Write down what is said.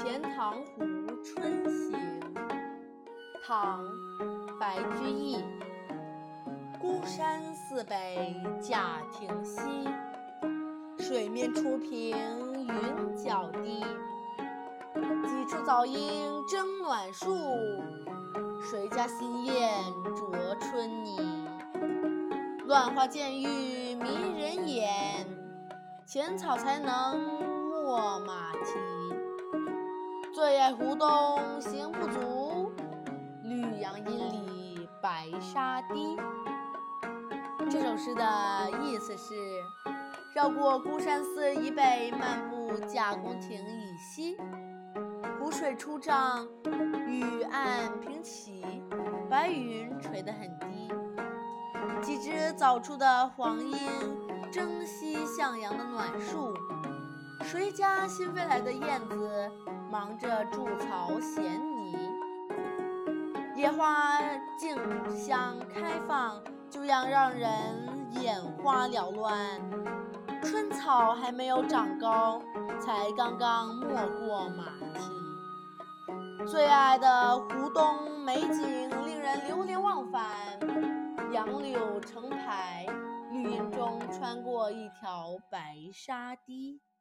钱塘湖春行，唐·白居易。孤山寺北贾亭西，水面初平云脚低。几处早莺争暖树，谁家新燕啄春泥。乱花渐欲迷人眼，浅草才能没马蹄。最爱湖东行不足，绿杨阴里白沙堤。这首诗的意思是，绕过孤山寺以北，漫步贾公亭以西，湖水初涨，雨岸平齐，白云垂得很低。几只早出的黄莺争吸向阳的暖树，谁家新飞来的燕子忙着筑巢衔泥。野花竞相开放，就要让人眼花缭乱。春草还没有长高，才刚刚没过马蹄。最爱的湖东美景令人流连忘返，杨柳成排，绿荫中穿过一条白沙堤。